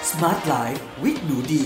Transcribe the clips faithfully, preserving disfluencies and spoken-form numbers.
Smart Life with หนูดี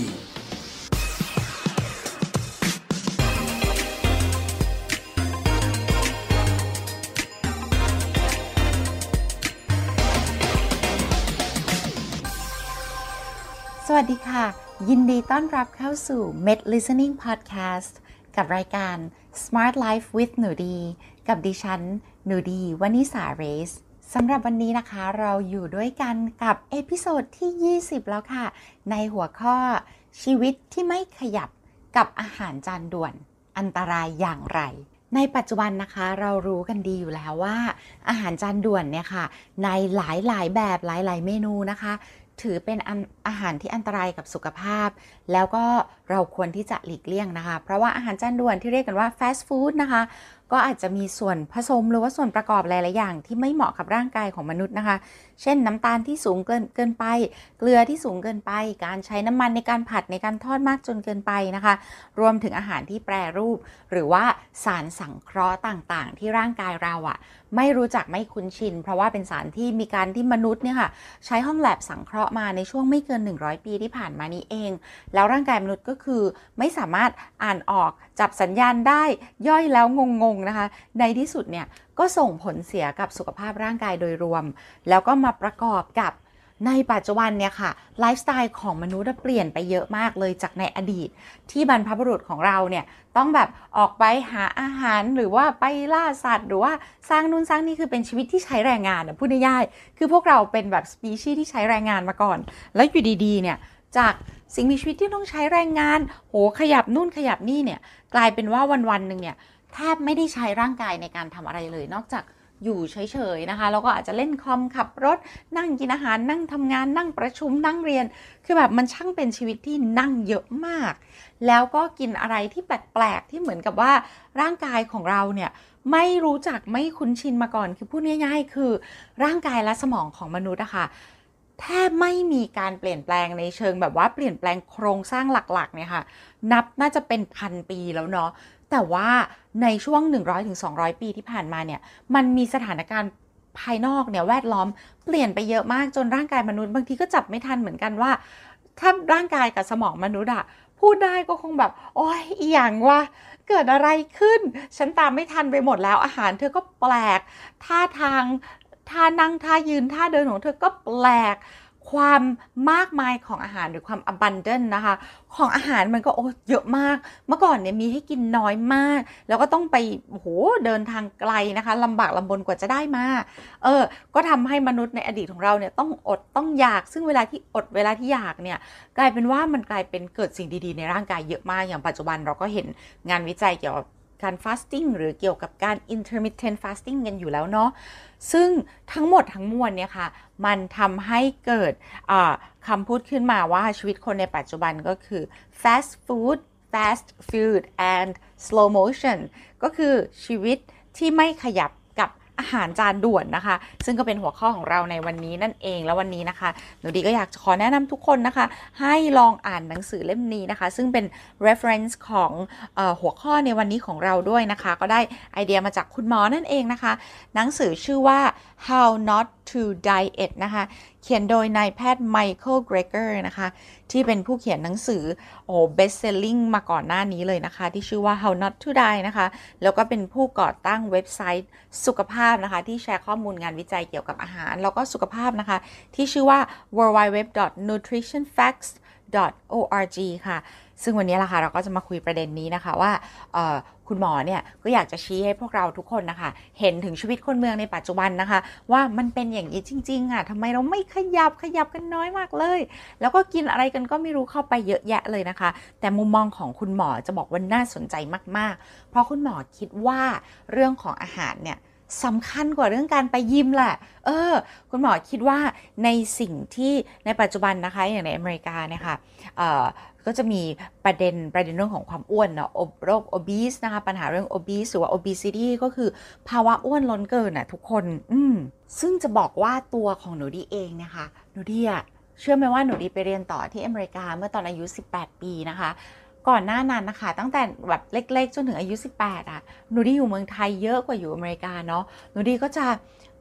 สวัสดีค่ะยินดีต้อนรับเข้าสู่ Med Listening Podcast กับรายการ Smart Life with หนูดีกับดิฉันหนูดีวนิสาเรซสำหรับวันนี้นะคะเราอยู่ด้วยกันกับเอพิโซดที่ยี่สิบแล้วค่ะในหัวข้อชีวิตที่ไม่ขยับกับอาหารจานด่วนอันตรายอย่างไรในปัจจุบันนะคะเรารู้กันดีอยู่แล้วว่าอาหารจานด่วนเนี่ยค่ะในหลายๆแบบหลายๆเมนูนะคะถือเป็นอาหารที่อันตรายกับสุขภาพแล้วก็เราควรที่จะหลีกเลี่ยงนะคะเพราะว่าอาหารจานด่วนที่เรียกกันว่าฟาสต์ฟู้ดนะคะก็อาจจะมีส่วนผสมหรือว่าส่วนประกอบหลายๆอย่างที่ไม่เหมาะกับร่างกายของมนุษย์นะคะเช่นน้ำตาลที่สูงเกินเกินไปเกลือที่สูงเกินไปการใช้น้ำมันในการผัดในการทอดมากจนเกินไปนะคะรวมถึงอาหารที่แปรรูปหรือว่าสารสังเคราะห์ต่างๆที่ร่างกายเราอ่ะไม่รู้จักไม่คุ้นชินเพราะว่าเป็นสารที่มีการที่มนุษย์เนี่ยค่ะใช้ห้องแลบสังเคราะห์มาในช่วงไม่เกินหนึ่งร้อยปีที่ผ่านมานี้เองแล้วร่างกายมนุษย์ก็คือไม่สามารถอ่านออกจับสัญญาณได้ย่อยแล้วงงๆนะคะในที่สุดเนี่ยก็ส่งผลเสียกับสุขภาพร่างกายโดยรวมแล้วก็มาประกอบกับในปัจจุบันเนี่ยค่ะไลฟ์สไตล์ของมนุษย์เปลี่ยนไปเยอะมากเลยจากในอดีตที่บรรพบุรุษของเราเนี่ยต้องแบบออกไปหาอาหารหรือว่าไปล่าสัตว์หรือว่าสร้างนู่นสร้างนี่คือเป็นชีวิตที่ใช้แรงงานนะพูดง่ายๆคือพวกเราเป็นแบบสปีชีส์ที่ใช้แรงงานมาก่อนแล้วอยู่ดีๆเนี่ยจากสิ่งมีชีวิตที่ต้องใช้แรงงานโหขยับนู่นขยับนี่เนี่ยกลายเป็นว่าวันๆนึงเนี่ยแทบไม่ได้ใช้ร่างกายในการทำอะไรเลยนอกจากอยู่เฉยๆนะคะแล้วก็อาจจะเล่นคอมขับรถนั่งกินอาหารนั่งทำงานนั่งประชุมนั่งเรียนคือแบบมันช่างเป็นชีวิตที่นั่งเยอะมากแล้วก็กินอะไรที่แปลกๆที่เหมือนกับว่าร่างกายของเราเนี่ยไม่รู้จักไม่คุ้นชินมาก่อนคือพูดง่ายๆคือร่างกายและสมองของมนุษย์อะค่ะแทบไม่มีการเปลี่ยนแปลงในเชิงแบบว่าเปลี่ยนแปลงโครงสร้างหลักๆเนี่ยค่ะนับน่าจะเป็นพันปีแล้วเนาะแต่ว่าในช่วง หนึ่งร้อยถึงสองร้อย ปีที่ผ่านมาเนี่ยมันมีสถานการณ์ภายนอกเนี่ยแวดล้อมเปลี่ยนไปเยอะมากจนร่างกายมนุษย์บางทีก็จับไม่ทันเหมือนกันว่าถ้าร่างกายกับสมองมนุษย์อะพูดได้ก็คงแบบโอ๊ยอีหยังวะเกิดอะไรขึ้นฉันตามไม่ทันไปหมดแล้วอาหารเธอก็แปลกท่าทางท่านั่งท่ายืนท่าเดินของเธอก็แปลกความมากมายของอาหารหรือความ abundant นะคะของอาหารมันก็โอ้เยอะมากเมื่อก่อนเนี่ยมีให้กินน้อยมากแล้วก็ต้องไปโอ้โหเดินทางไกลนะคะลำบากลำบนกว่าจะได้มาเออก็ทำให้มนุษย์ในอดีตของเราเนี่ยต้องอดต้องอยากซึ่งเวลาที่อดเวลาที่อยากเนี่ยกลายเป็นว่ามันกลายเป็นเกิดสิ่งดีๆในร่างกายเยอะมากอย่างปัจจุบันเราก็เห็นงานวิจัยเกี่ยวกับการ fasting หรือเกี่ยวกับการ intermittent fasting กันอยู่แล้วเนาะซึ่งทั้งหมดทั้งมวลเนี่ยค่ะมันทำให้เกิดคำพูดขึ้นมาว่าชีวิตคนในปัจจุบันก็คือ fast food fast food and slow motion ก็คือชีวิตที่ไม่ขยับกับอาหารจานด่วนนะคะซึ่งก็เป็นหัวข้อของเราในวันนี้นั่นเองแล้ววันนี้นะคะหนูดีก็อยากจะขอแนะนำทุกคนนะคะให้ลองอ่านหนังสือเล่มนี้นะคะซึ่งเป็น reference ของเอ่อหัวข้อในวันนี้ของเราด้วยนะคะก็ได้ไอเดียมาจากคุณหมอนั่นเองนะคะหนังสือชื่อว่า how not to diet นะคะเขียนโดยนายแพทย์ไมเคิลเกรเกอร์นะคะที่เป็นผู้เขียนหนังสือโอ้ best selling มาก่อนหน้านี้เลยนะคะที่ชื่อว่า how not to die นะคะแล้วก็เป็นผู้ก่อตั้งเว็บไซต์สุขภาพนะคะที่แชร์ข้อมูลงานวิจัยเกี่ยวกับอาหารแล้วก็สุขภาพนะคะที่ชื่อว่า ดับเบิลยู ดับเบิลยู ดับเบิลยู ดอท นูทริชั่นแฟกต์ ดอท โอ อาร์ จี ค่ะซึ่งวันนี้ล่ะค่ะเราก็จะมาคุยประเด็นนี้นะคะว่าคุณหมอเนี่ยก็อยากจะชี้ให้พวกเราทุกคนนะคะเห็นถึงชีวิตคนเมืองในปัจจุบันนะคะว่ามันเป็นอย่างนี้จริงๆอ่ะทำไมเราไม่ขยับขยับกันน้อยมากเลยแล้วก็กินอะไรกันก็ไม่รู้เข้าไปเยอะแยะเลยนะคะแต่มุมมองของคุณหมอจะบอกว่าน่าสนใจมากๆเพราะคุณหมอคิดว่าเรื่องของอาหารเนี่ยสำคัญกว่าเรื่องการไปยิมแหละเออคุณหมอคิดว่าในสิ่งที่ในปัจจุบันนะคะอย่างในอเมริกาเนี่ยค่ะเอ่อก็จะมีประเด็นประเด็นเรื่องของความอ้วนเนาะโรค obese นะคะปัญหาเรื่อง obese หรือว่า obesity ก็คือภาวะอ้วนล้นเกินน่ะทุกคนอืมซึ่งจะบอกว่าตัวของหนูดีเองนะคะหนูดีอะเชื่อไหมว่าหนูดีไปเรียนต่อที่อเมริกาเมื่อตอนอายุสิบแปดปีนะคะก่อนหน้านั้นนะคะตั้งแต่แบบเล็กๆจนถึงอายุสิบแปดอ่ะหนูดีอยู่เมืองไทยเยอะกว่าอยู่อเมริกาเนาะหนูดีก็จะ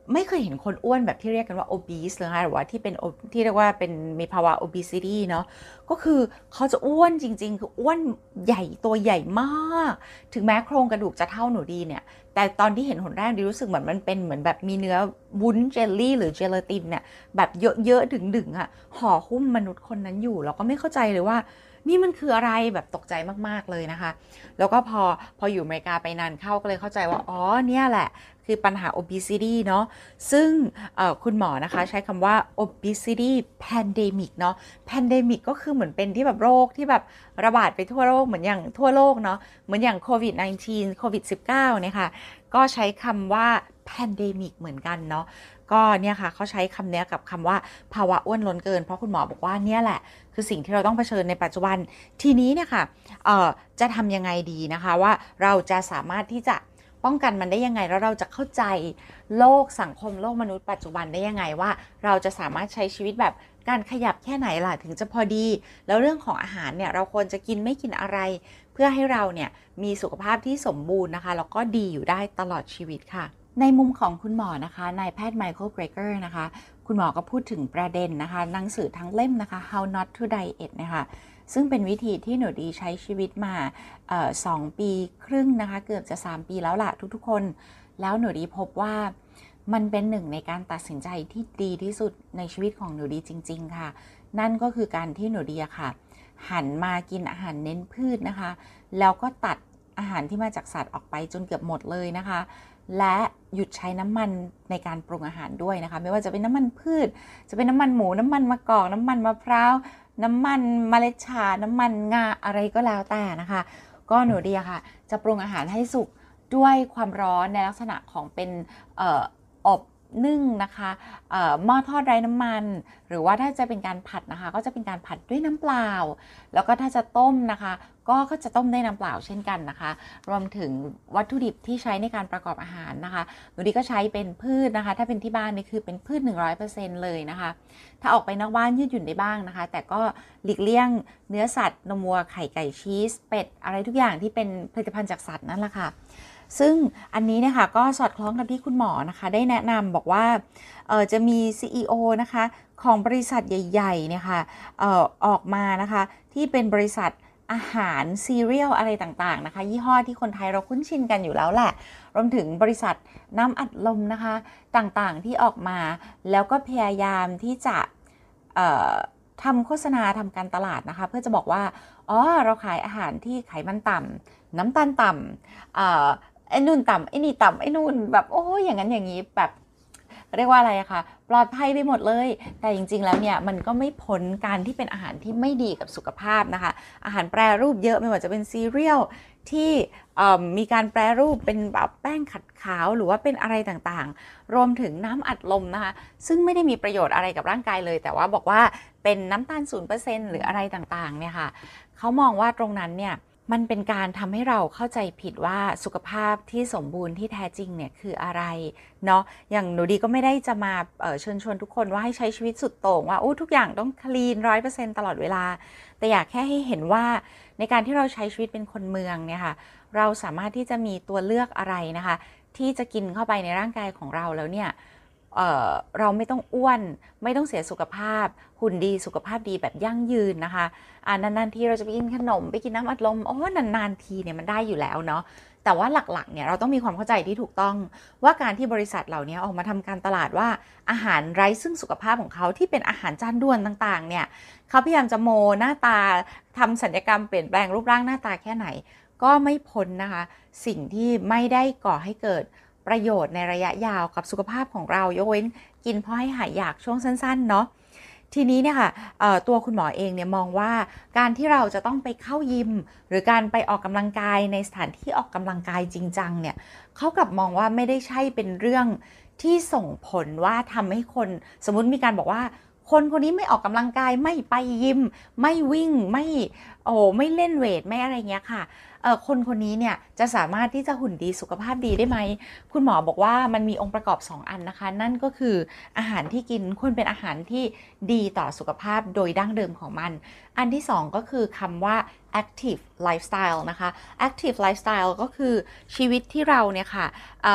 ไม่เคยเห็นคนอ้วนแบบที่เรียกกันว่า obese เลยค่ะหรือว่าที่เป็นที่เรียกว่าเป็นมีภาวะ obesity เนาะก็คือเขาจะอ้วนจริงๆคืออ้วนใหญ่ตัวใหญ่มากถึงแม้โครงกระดูกจะเท่าหนูดีเนี่ยแต่ตอนที่เห็นหนแรกดีรู้สึกเหมือนมันเป็นเหมือนแบบมีเนื้อวุ้นเจลลี่หรือเจลาตินเนี่ยแบบเยอะๆดึงๆอ่ะห่อหุ้มมนุษย์คนนั้นอยู่เราก็ไม่เข้าใจเลยว่านี่มันคืออะไรแบบตกใจมากๆเลยนะคะแล้วก็พอพออยู่อเมริกาไปนานเข้าก็เลยเข้าใจว่าอ๋อเนี่ยแหละคือปัญหา obesity เนาะซึ่งคุณหมอนะคะใช้คำว่า obesity pandemic เนาะ pandemic ก็คือเหมือนเป็นที่แบบโรคที่แบบระบาดไปทั่วโลกเหมือนอย่างทั่วโลกเนาะเหมือนอย่างโควิด สิบเก้า โควิด สิบเก้า เนี่ยค่ะก็ใช้คำว่า pandemic เหมือนกันเนาะก็เนี่ยค่ะเขาใช้คำนี้กับคำว่าภาวะอ้วนล้นเกินเพราะคุณหมอบอกว่าเนี่ยแหละคือสิ่งที่เราต้องเผชิญในปัจจุบันทีนี้เนี่ยค่ะจะทำยังไงดีนะคะว่าเราจะสามารถที่จะป้องกันมันได้ยังไงแล้วเราจะเข้าใจโลกสังคมโลกมนุษย์ปัจจุบันได้ยังไงว่าเราจะสามารถใช้ชีวิตแบบการขยับแค่ไหนล่ะถึงจะพอดีแล้วเรื่องของอาหารเนี่ยเราควรจะกินไม่กินอะไรเพื่อให้เราเนี่ยมีสุขภาพที่สมบูรณ์นะคะแล้วก็ดีอยู่ได้ตลอดชีวิตค่ะในมุมของคุณหมอนะคะนายแพทย์ไมเคิลเกรเกอร์นะคะคุณหมอก็พูดถึงประเด็นนะคะหนังสือทั้งเล่มนะคะ How Not to Diet นะคะซึ่งเป็นวิธีที่หนูดีใช้ชีวิตมาเอ่อสองปีครึ่งนะคะเกือบจะสามปีแล้วล่ะทุกๆคนแล้วหนูดีพบว่ามันเป็นหนึ่งในการตัดสินใจที่ดีที่สุดในชีวิตของหนูดีจริงๆค่ะนั่นก็คือการที่หนูดีอะค่ะหันมากินอาหารเน้นพืชนะคะแล้วก็ตัดอาหารที่มาจากสัตว์ออกไปจนเกือบหมดเลยนะคะและหยุดใช้น้ำมันในการปรุงอาหารด้วยนะคะไม่ว่าจะเป็นน้ำมันพืชจะเป็นน้ำมันหมูน้ำมันมะกอกน้ำมันมะพร้าวน้ำมันเมล็ดชาน้ำมันงาอะไรก็แล้วแต่นะคะก็หนูดีค่ะจะปรุงอาหารให้สุกด้วยความร้อนในลักษณะของเป็นเอ่ออบนึ่งนะคะเอ่อหม้อทอดไร้น้ำมันหรือว่าถ้าจะเป็นการผัดนะคะก็จะเป็นการผัดด้วยน้ำเปล่าแล้วก็ถ้าจะต้มนะคะก็ก็จะต้มด้วยน้ำเปล่าเช่นกันนะคะรวมถึงวัตถุดิบที่ใช้ในการประกอบอาหารนะคะหนูดีก็ใช้เป็นพืชนะคะถ้าเป็นที่บ้านนี่คือเป็นพืช หนึ่งร้อยเปอร์เซ็นต์ เลยนะคะถ้าออกไปนอกบ้านยืดหยุ่นได้บ้างนะคะแต่ก็หลีกเลี่ยงเนื้อสัตว์นมวัวไข่ไก่ชีสเป็ดอะไรทุกอย่างที่เป็นผลิตภัณฑ์จากสัตว์นั่นแหละค่ะซึ่งอันนี้นะคะก็สอดคล้องกับที่คุณหมอนะคะได้แนะนำบอกว่าเอ่อจะมี ซี อี โอ นะคะของบริษัทใหญ่ๆเนี่ยค่ะเอ่อออกมานะคะที่เป็นบริษัทอาหารซีเรียลอะไรต่างๆนะคะยี่ห้อที่คนไทยเราคุ้นชินกันอยู่แล้วแหละรวมถึงบริษัทน้ำอัดลมนะคะต่างๆที่ออกมาแล้วก็พยายามที่จะเอ่อทำโฆษณาทำการตลาดนะคะเพื่อจะบอกว่าอ๋อเราขายอาหารที่ไขมันต่ำน้ำตาลต่ำเอ่อไอ้นู่นต่ำไอ้นี่ต่ำไอ้นู่นแบบโอ้ยอย่างนั้นอย่างนี้แบบเรียกว่าอะไรอะคะปลอดภัยไปหมดเลยแต่จริงๆแล้วเนี่ยมันก็ไม่พ้นการที่เป็นอาหารที่ไม่ดีกับสุขภาพนะคะอาหารแปรรูปเยอะไม่ว่าจะเป็นซีเรียลที่มีการแปรรูปเป็นแบบแป้งขัดขาวหรือว่าเป็นอะไรต่างๆรวมถึงน้ำอัดลมนะคะซึ่งไม่ได้มีประโยชน์อะไรกับร่างกายเลยแต่ว่าบอกว่าเป็นน้ำตาล ศูนย์เปอร์เซ็นต์ หรืออะไรต่างๆเนี่ยค่ะเขามองว่าตรงนั้นเนี่ยมันเป็นการทำให้เราเข้าใจผิดว่าสุขภาพที่สมบูรณ์ที่แท้จริงเนี่ยคืออะไรเนาะอย่างหนูดีก็ไม่ได้จะมาเอ่อเชิญชวนทุกคนว่าให้ใช้ชีวิตสุดโต่งว่าโอ้ทุกอย่างต้องคลีน ร้อยเปอร์เซ็นต์ ตลอดเวลาแต่อยากแค่ให้เห็นว่าในการที่เราใช้ชีวิตเป็นคนเมืองเนี่ยค่ะเราสามารถที่จะมีตัวเลือกอะไรนะคะที่จะกินเข้าไปในร่างกายของเราแล้วเนี่ยเอ่อเราไม่ต้องอ้วนไม่ต้องเสียสุขภาพหุ่นดีสุขภาพดีแบบยั่งยืนนะคะอ่านานๆทีเราจะไปกินขนมไปกินน้ำอัดลมโอ้นานๆทีเนี่ยมันได้อยู่แล้วเนาะแต่ว่าหลักๆเนี่ยเราต้องมีความเข้าใจที่ถูกต้องว่าการที่บริษัทเหล่านี้ออกมาทำการตลาดว่าอาหารไร้ซึ่งสุขภาพของเขาที่เป็นอาหารจานด่วนต่างๆเนี่ยเขาพยายามจะโมหน้าตาทำศัลยกรรมเปลี่ยนแปลงรูปร่างหน้าตาแค่ไหนก็ไม่พ้นนะคะสิ่งที่ไม่ได้ก่อให้เกิดประโยชน์ในระยะยาวกับสุขภาพของเรายกเว้นกินเพราะให้หายอยากช่วงสั้นๆเนาะทีนี้เนี่ยค่ะตัวคุณหมอเองเนี่ยมองว่าการที่เราจะต้องไปเข้ายิมหรือการไปออกกำลังกายในสถานที่ออกกำลังกายจริงจังเนี่ยเขากลับมองว่าไม่ได้ใช่เป็นเรื่องที่ส่งผลว่าทำให้คนสมมุติมีการบอกว่าคนคนนี้ไม่ออกกำลังกายไม่ไปยิมไม่วิ่งไม่โอ้ไม่เล่นเวทไม่อะไรเงี้ยค่ะเอ่อคนคนนี้เนี่ยจะสามารถที่จะหุ่นดีสุขภาพดีได้ไหมคุณหมอบอกว่ามันมีองค์ประกอบสองอันนะคะนั่นก็คืออาหารที่กินควรเป็นอาหารที่ดีต่อสุขภาพโดยดั้งเดิมของมันอันที่สองก็คือคำว่า active lifestyle นะคะ active lifestyle ก็คือชีวิตที่เราเนี่ยค่ะ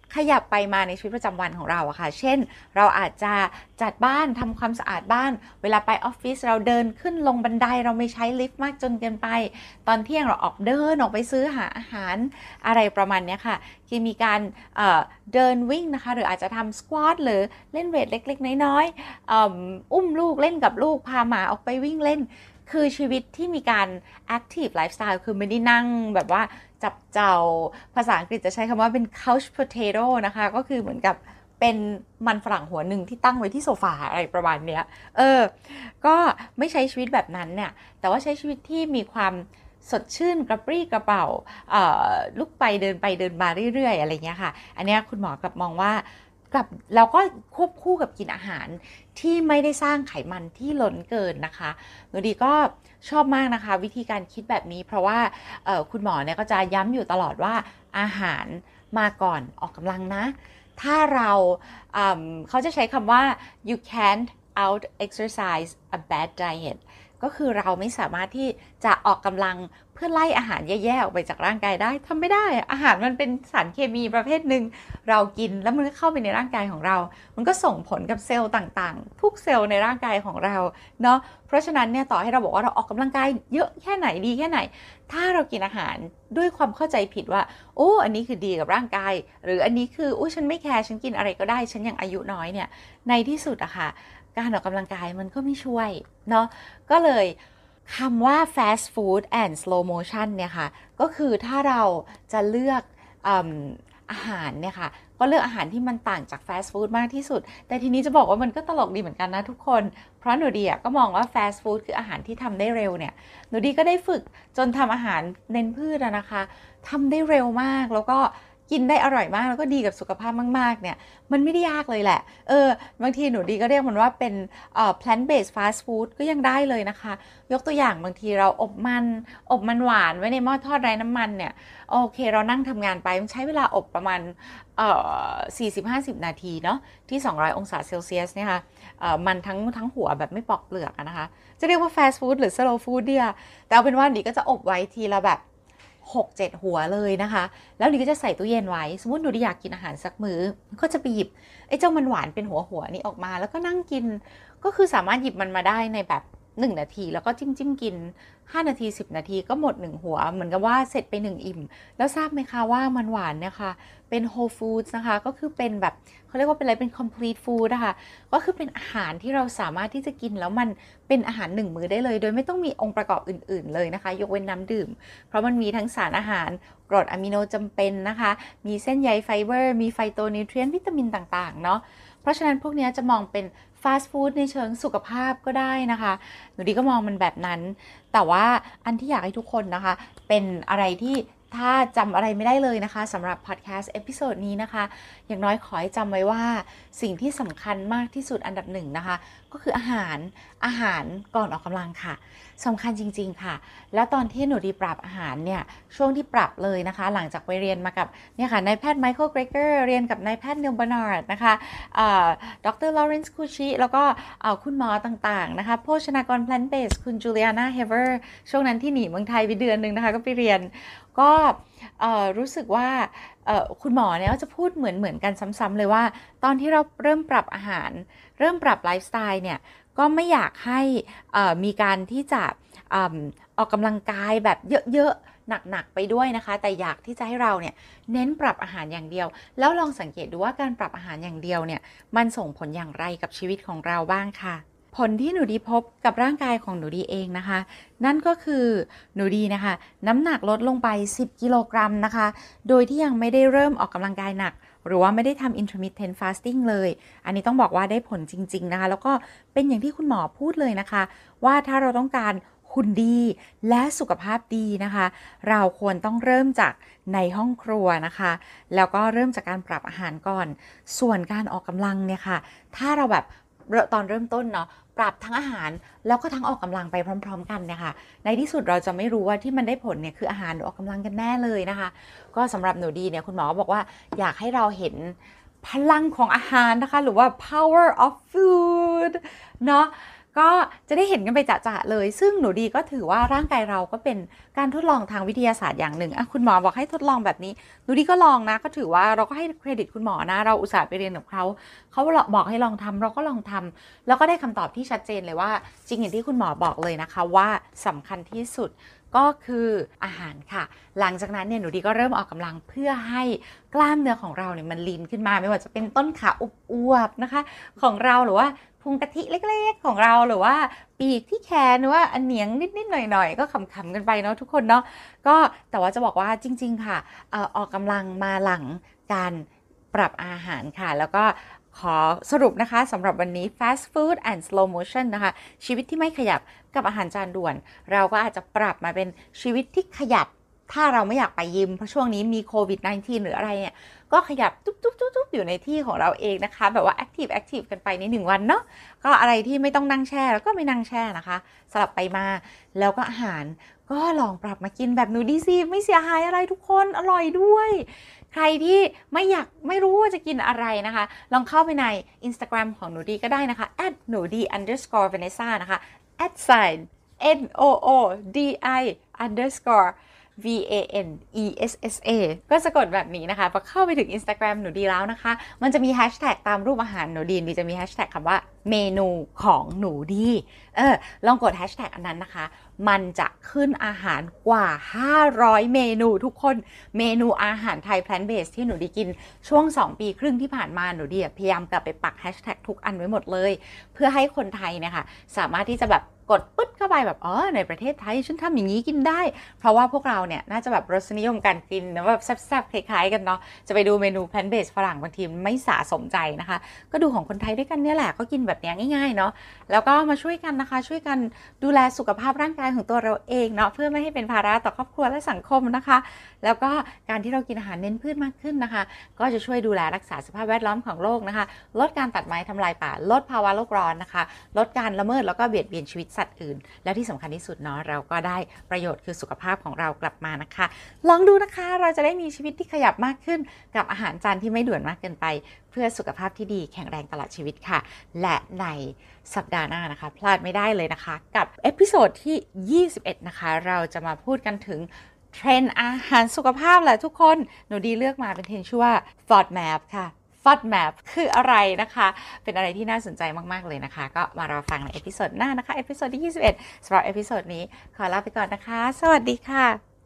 ขยับไปมาในชีวิตประจำวันของเราอะค่ะเช่นเราอาจจะจัดบ้านทำความสะอาดบ้านเวลาไปออฟฟิศเราเดินขึ้นลงบันไดเราไม่ใช้ลิฟต์มากจนเกินไปตอนเที่ยงเราออกเดินออกไปซื้อหาอาหารอะไรประมาณนี้ค่ะคือมีการเอ่อเดินวิ่งนะคะหรืออาจจะทำสควอตหรือเล่นเวทเล็กๆน้อยๆอืมอุ้มลูกเล่นกับลูกพาหมาออกไปวิ่งเล่นคือชีวิตที่มีการ active lifestyle คือไม่ได้นั่งแบบว่าจับเจ้าภาษาอังกฤษจะใช้คำว่าเป็น couch potato นะคะก็คือเหมือนกับเป็นมันฝรั่งหัวหนึ่งที่ตั้งไว้ที่โซฟาอะไรประมาณเนี้ยเออก็ไม่ใช้ชีวิตแบบนั้นเนี่ยแต่ว่าใช้ชีวิตที่มีความสดชื่นกระปรี้กระเป๋าลุกไปเดินไปเดินมาเรื่อยๆอะไรเงี้ยค่ะอันนี้คุณหมอกลับมองว่ากับเราก็ควบคู่กับกินอาหารที่ไม่ได้สร้างไขมันที่ล้นเกินนะคะหนูดีก็ชอบมากนะคะวิธีการคิดแบบนี้เพราะว่าคุณหมอเนี่ยก็จะย้ำอยู่ตลอดว่าอาหารมาก่อนออกกำลังนะถ้าเราเขาจะใช้คำว่า you can't out exercise a bad diet ก็คือเราไม่สามารถที่จะออกกำลังเพื่อไล่อาหารแย่ๆออกไปจากร่างกายได้ทำไม่ได้อาหารมันเป็นสารเคมีประเภทหนึ่งเรากินแล้วมันก็เข้าไปในร่างกายของเรามันก็ส่งผลกับเซลล์ต่างๆทุกเซลล์ในร่างกายของเราเนาะเพราะฉะนั้นเนี่ยต่อให้เราบอกว่าเราออกกำลังกายเยอะแค่ไหนดีแค่ไหนถ้าเรากินอาหารด้วยความเข้าใจผิดว่าโอ้อันนี้คือดีกับร่างกายหรืออันนี้คืออุ้ยฉันไม่แคร์ฉันกินอะไรก็ได้ฉันยังอายุน้อยเนี่ยในที่สุดอะค่ะการออกกำลังกายมันก็ไม่ช่วยเนาะก็เลยคำว่า fast food and slow motion เนี่ยค่ะก็คือถ้าเราจะเลือกอาหารเนี่ยค่ะก็เลือกอาหารที่มันต่างจาก fast food มากที่สุดแต่ทีนี้จะบอกว่ามันก็ตลกดีเหมือนกันนะทุกคนเพราะหนูดีอ่ะก็มองว่า fast food คืออาหารที่ทำได้เร็วเนี่ยหนูดีก็ได้ฝึกจนทำอาหารเน้นพืชนะคะทำได้เร็วมากแล้วก็กินได้อร่อยมากแล้วก็ดีกับสุขภาพมากๆเนี่ยมันไม่ได้ยากเลยแหละเออบางทีหนูดีก็เรียกมันว่าเป็นเอ่อ plant based fast food ก็ยังได้เลยนะคะยกตัวอย่างบางทีเราอบมันอบมันหวานไว้ในหม้อทอดไร้น้ำมันเนี่ยโอเคเรานั่งทำงานไปมันใช้เวลาอบประมาณเอ่อ สี่สิบถึงห้าสิบ นาทีเนาะที่สองร้อยองศาเซลเซียสเนี่ยค่ะเอ่อมันทั้งทั้งหัวแบบไม่ปอกเปลือกนะคะจะเรียกว่า fast food หรือ slow food เดียแต่เอาเป็นว่าดีก็จะอบไว้ทีละแบบหกเจ็ด หัวเลยนะคะแล้วนี่ก็จะใส่ตู้เย็นไว้สมมติหนูอยากกินอาหารสักมื้อก็จะไปหยิบไอ้เจ้ามันหวานเป็นหัวหัวนี้ออกมาแล้วก็นั่งกินก็คือสามารถหยิบมันมาได้ในแบบหนึ่งนาทีแล้วก็จิ้มจิ้มกินห้านาทีสิบนาทีก็หมดหนึ่งหัวเหมือนกับว่าเสร็จไปหนึ่งอิ่มแล้วทราบไหมคะว่ามันหวานเนี่ยค่ะเป็น whole foods นะคะก็คือเป็นแบบเขาเรียกว่าเป็นอะไรเป็น complete food นะคะก็คือเป็นอาหารที่เราสามารถที่จะกินแล้วมันเป็นอาหารหนึ่งมื้อได้เลยโดยไม่ต้องมีองค์ประกอบอื่นๆเลยนะคะยกเว้นน้ำดื่มเพราะมันมีทั้งสารอาหารกรดอะมิโนจำเป็นนะคะมีเส้นใยไฟเบอร์มีไฟโตนิวเทรียนต์วิตามินต่างๆเนาะเพราะฉะนั้นพวกนี้จะมองเป็นฟาสต์ฟู้ดในเชิงสุขภาพก็ได้นะคะหนูดีก็มองมันแบบนั้นแต่ว่าอันที่อยากให้ทุกคนนะคะเป็นอะไรที่ถ้าจำอะไรไม่ได้เลยนะคะสำหรับพอดแคสต์เอพิโซดนี้นะคะอย่างน้อยขอให้จำไว้ว่าสิ่งที่สำคัญมากที่สุดอันดับหนึ่งนะคะก็คืออาหารอาหารก่อนออกกำลังค่ะสำคัญจริงๆค่ะแล้วตอนที่หนูดีปรับอาหารเนี่ยช่วงที่ปรับเลยนะคะหลังจากไปเรียนมากับเนี่ยค่ะนายแพทย์ไมเคิลเกรเกอร์เรียนกับนายแพทย์นิลบานาร์ดนะคะดรลอเรนซ์คูชิแล้วก็คุณหมอต่างๆนะคะโภชนากรแพลนท์เบสคุณจูเลียนาเฮเวอร์ช่วงนั้นที่หนีเมืองไทยไปเดือนนึงนะคะก็ไปเรียนก็รู้สึกว่าคุณหมอเนี่ยจะพูดเหมือนเหมือนกันซ้ำๆเลยว่าตอนที่เราเริ่มปรับอาหารเริ่มปรับไลฟ์สไตล์เนี่ยก็ไม่อยากให้มีการที่จะออกกำลังกายแบบเยอะๆหนักๆไปด้วยนะคะแต่อยากที่จะให้เราเนี่ยเน้นปรับอาหารอย่างเดียวแล้วลองสังเกตดูว่าการปรับอาหารอย่างเดียวเนี่ยมันส่งผลอย่างไรกับชีวิตของเราบ้างค่ะผลที่หนูดีพบกับร่างกายของหนูดีเองนะคะนั่นก็คือหนูดีนะคะน้ำหนักลดลงไปสิบกิโลกรัมนะคะโดยที่ยังไม่ได้เริ่มออกกำลังกายหนักหรือว่าไม่ได้ทำ intermittent fasting เลยอันนี้ต้องบอกว่าได้ผลจริงๆนะคะแล้วก็เป็นอย่างที่คุณหมอพูดเลยนะคะว่าถ้าเราต้องการหุ่นดีและสุขภาพดีนะคะเราควรต้องเริ่มจากในห้องครัวนะคะแล้วก็เริ่มจากการปรับอาหารก่อนส่วนการออกกำลังเนี่ยค่ะถ้าเราแบบตอนเริ่มต้นเนาะปรับทั้งอาหารแล้วก็ทั้งออกกำลังไปพร้อมๆกันเนี่ยค่ะในที่สุดเราจะไม่รู้ว่าที่มันได้ผลเนี่ยคืออาหารหรือออกกำลังกันแน่เลยนะคะก็สำหรับหนูดีเนี่ยคุณหมอบอกว่าอยากให้เราเห็นพลังของอาหารนะคะหรือว่า power of food เนาะก็จะได้เห็นกันไปจะๆเลยซึ่งหนูดีก็ถือว่าร่างกายเราก็เป็นการทดลองทางวิทยาศาสตร์อย่างหนึ่งอ่ะคุณหมอบอกให้ทดลองแบบนี้หนูดีก็ลองนะก็ถือว่าเราก็ให้เครดิตคุณหมอนะเราอุตส่าห์ไปเรียนกับเขาเขาบอกให้ลองทำเราก็ลองทำแล้วก็ได้คำตอบที่ชัดเจนเลยว่าจริงอย่างที่คุณหมอบอกเลยนะคะว่าสำคัญที่สุดก็คืออาหารค่ะหลังจากนั้นเนี่ยหนูดีก็เริ่มออกกำลังเพื่อให้กล้ามเนื้อของเราเนี่ยมันลีนขึ้นมาไม่ว่าจะเป็นต้นขาอวบๆนะคะของเราหรือว่าพุงกะทิเล็กๆของเราหรือว่าปีกที่แขนหรือว่าอันเหนียงนิดๆหน่อยๆก็ขำๆกันไปเนาะทุกคนเนาะก็แต่ว่าจะบอกว่าจริงๆค่ะเอ่อออกกำลังมาหลังการปรับอาหารค่ะแล้วก็ขอสรุปนะคะสำหรับวันนี้ fast food and slow motion นะคะชีวิตที่ไม่ขยับกับอาหารจานด่วนเราก็อาจจะปรับมาเป็นชีวิตที่ขยับถ้าเราไม่อยากไปยิมเพราะช่วงนี้มีโควิด สิบเก้า หรืออะไรเนี่ยก็ขยับตุ๊บๆๆๆอยู่ในที่ของเราเองนะคะแบบว่า active active กันไปในหนึ่งวันเนาะก็อะไรที่ไม่ต้องนั่งแช่แล้วก็ไม่นั่งแช่นะคะสลับไปมาแล้วก็อาหารก็ลองปรับมากินแบบหนูดีสิไม่เสียหายอะไรทุกคนอร่อยด้วยใครที่ไม่อยากไม่รู้ว่าจะกินอะไรนะคะลองเข้าไปใน Instagram ของหนูดีก็ได้นะคะ แอท หนูดี underscore vanessa นะคะ แอท sign n o o d i underscore v a n e s s a ก็สะกดแบบนี้นะคะพอเข้าไปถึง Instagram หนูดีแล้วนะคะมันจะมีแฮชแท็กตามรูปอาหารหนูดีดีจะมีแฮชแท็กคำว่าเมนูของหนูดีเออลองกดแฮชแท็กอันนั้นนะคะมันจะขึ้นอาหารกว่าห้าร้อยเมนูทุกคนเมนูอาหารไทย plant based ที่หนูดีกินช่วงสองปีครึ่งที่ผ่านมาหนูดีพยายามกลับไปปักแฮชแท็กทุกอันไว้หมดเลยเพื่อให้คนไทยเนี่ยค่ะสามารถที่จะแบบกดปึ๊ดเข้าไปแบบอ๋อในประเทศไทยฉันทำอย่างนี้กินได้เพราะว่าพวกเราเนี่ยน่าจะแบบรสนิยมการกินนะแบบแซ่บๆคล้ายๆกันเนาะจะไปดูเมนู plant based ฝรั่งบางทีไม่สะสมใจนะคะก็ดูของคนไทยด้วยกันเนี่ยแหละก็กินแบบนี้ง่ายๆเนาะแล้วก็มาช่วยกันนะคะช่วยกันดูแลสุขภาพร่างกายของตัวเราเองเนาะเพื่อไม่ให้เป็นภาระต่อครอบครัวและสังคมนะคะแล้วก็การที่เรากินอาหารเน้นพืชมากขึ้นนะคะก็จะช่วยดูแลรักษาสภาพแวดล้อมของโลกนะคะลดการตัดไม้ทำลายป่าลดภาวะโลกร้อนนะคะลดการละเมิดแล้วก็เบียดเบียนชีวิตสัตว์อื่นและที่สำคัญที่สุดเนาะเราก็ได้ประโยชน์คือสุขภาพของเรากลับมานะคะลองดูนะคะเราจะได้มีชีวิตที่ขยับมากขึ้นกับอาหารจานที่ไม่ด่วนมากเกินไปเพื่อสุขภาพที่ดีแข็งแรงตลอดชีวิตค่ะและในสัปดาห์หน้านะคะพลาดไม่ได้เลยนะคะกับเอพิโซดที่ยี่สิบเอ็ดนะคะเราจะมาพูดกันถึงเทรนด์อาหารสุขภาพแหละทุกคนหนูดีเลือกมาเป็นเทรนด์ชื่อว่า FODMAP ค่ะ FODMAP คืออะไรนะคะเป็นอะไรที่น่าสนใจมากๆเลยนะคะก็มารอฟังในเอพิโซดหน้านะคะเอพิโซดที่ยี่สิบเอ็ดสำหรับเอพิโซดนี้ขอลาไปก่อนนะคะสวัสดีค่ะ